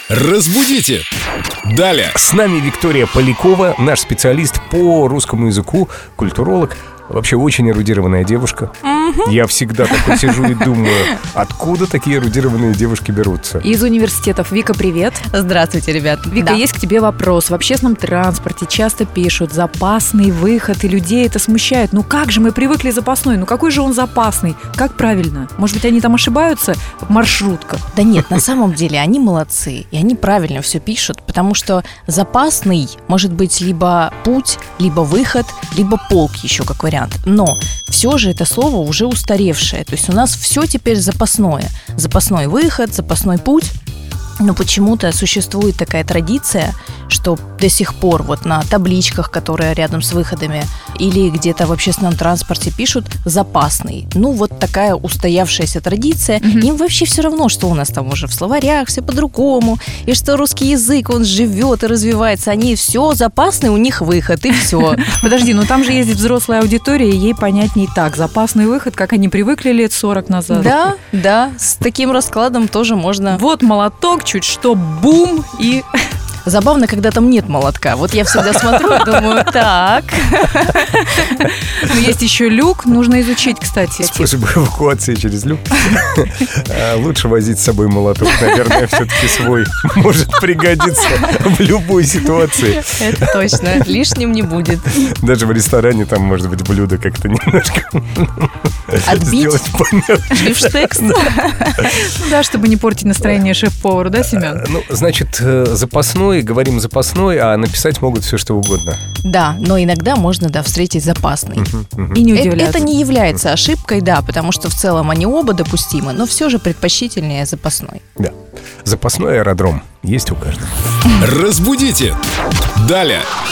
Разбудите! Далее! С нами Виктория Полякова, наш специалист по русскому языку, культуролог. Вообще очень эрудированная девушка. Я всегда такой сижу и думаю, откуда такие эрудированные девушки берутся? Из университетов. Вика, привет. Здравствуйте, ребят. Вика, Да. есть к тебе вопрос. В общественном транспорте часто пишут «запасный выход», и людей это смущает. Ну как же, мы привыкли запасной, ну какой же он запасный? Как правильно? Может быть, они там ошибаются? Маршрутка. Да нет, на самом деле они молодцы, и они правильно все пишут, потому что запасный может быть либо путь, либо выход, либо полк еще как вариант. Но все же это слово уже устаревшее. То есть у нас все теперь запасное. Запасной выход, запасной путь. Но почему-то существует такая традиция, что до сих пор вот на табличках, которые рядом с выходами, или где-то в общественном транспорте пишут «запасный». Ну, вот такая устоявшаяся традиция. Им вообще все равно, что у нас там уже в словарях, все по-другому, и что русский язык, он живет и развивается. Они все запасный, у них выход, и все. Подожди, ну там же ездит взрослая аудитория, и ей понятнее так. Запасный выход, как они привыкли лет 40 назад. Да, с таким раскладом тоже можно. Вот молоток, чуть что, бум, и... Забавно, когда там нет молотка. Вот я всегда смотрю и думаю, так. Но есть еще люк, нужно изучить, кстати. Способ эвакуации через люк. Лучше возить с собой молоток, наверное, все-таки свой. Может пригодиться в любой ситуации. Это точно, лишним не будет. Даже в ресторане там, может быть, блюдо как-то немножко Отбить сделать помягче. бифштекс. Ну да, чтобы не портить настроение шеф-повару, да, Семен? Ну, значит, запасной, говорим запасной, а написать могут все что угодно. Да, но иногда можно, встретить запасный. И не удивляться. Это не является ошибкой, да, потому что в целом они оба допустимы, но все же предпочтительнее запасной. Да. Запасной аэродром есть у каждого. Разбудите! Далее!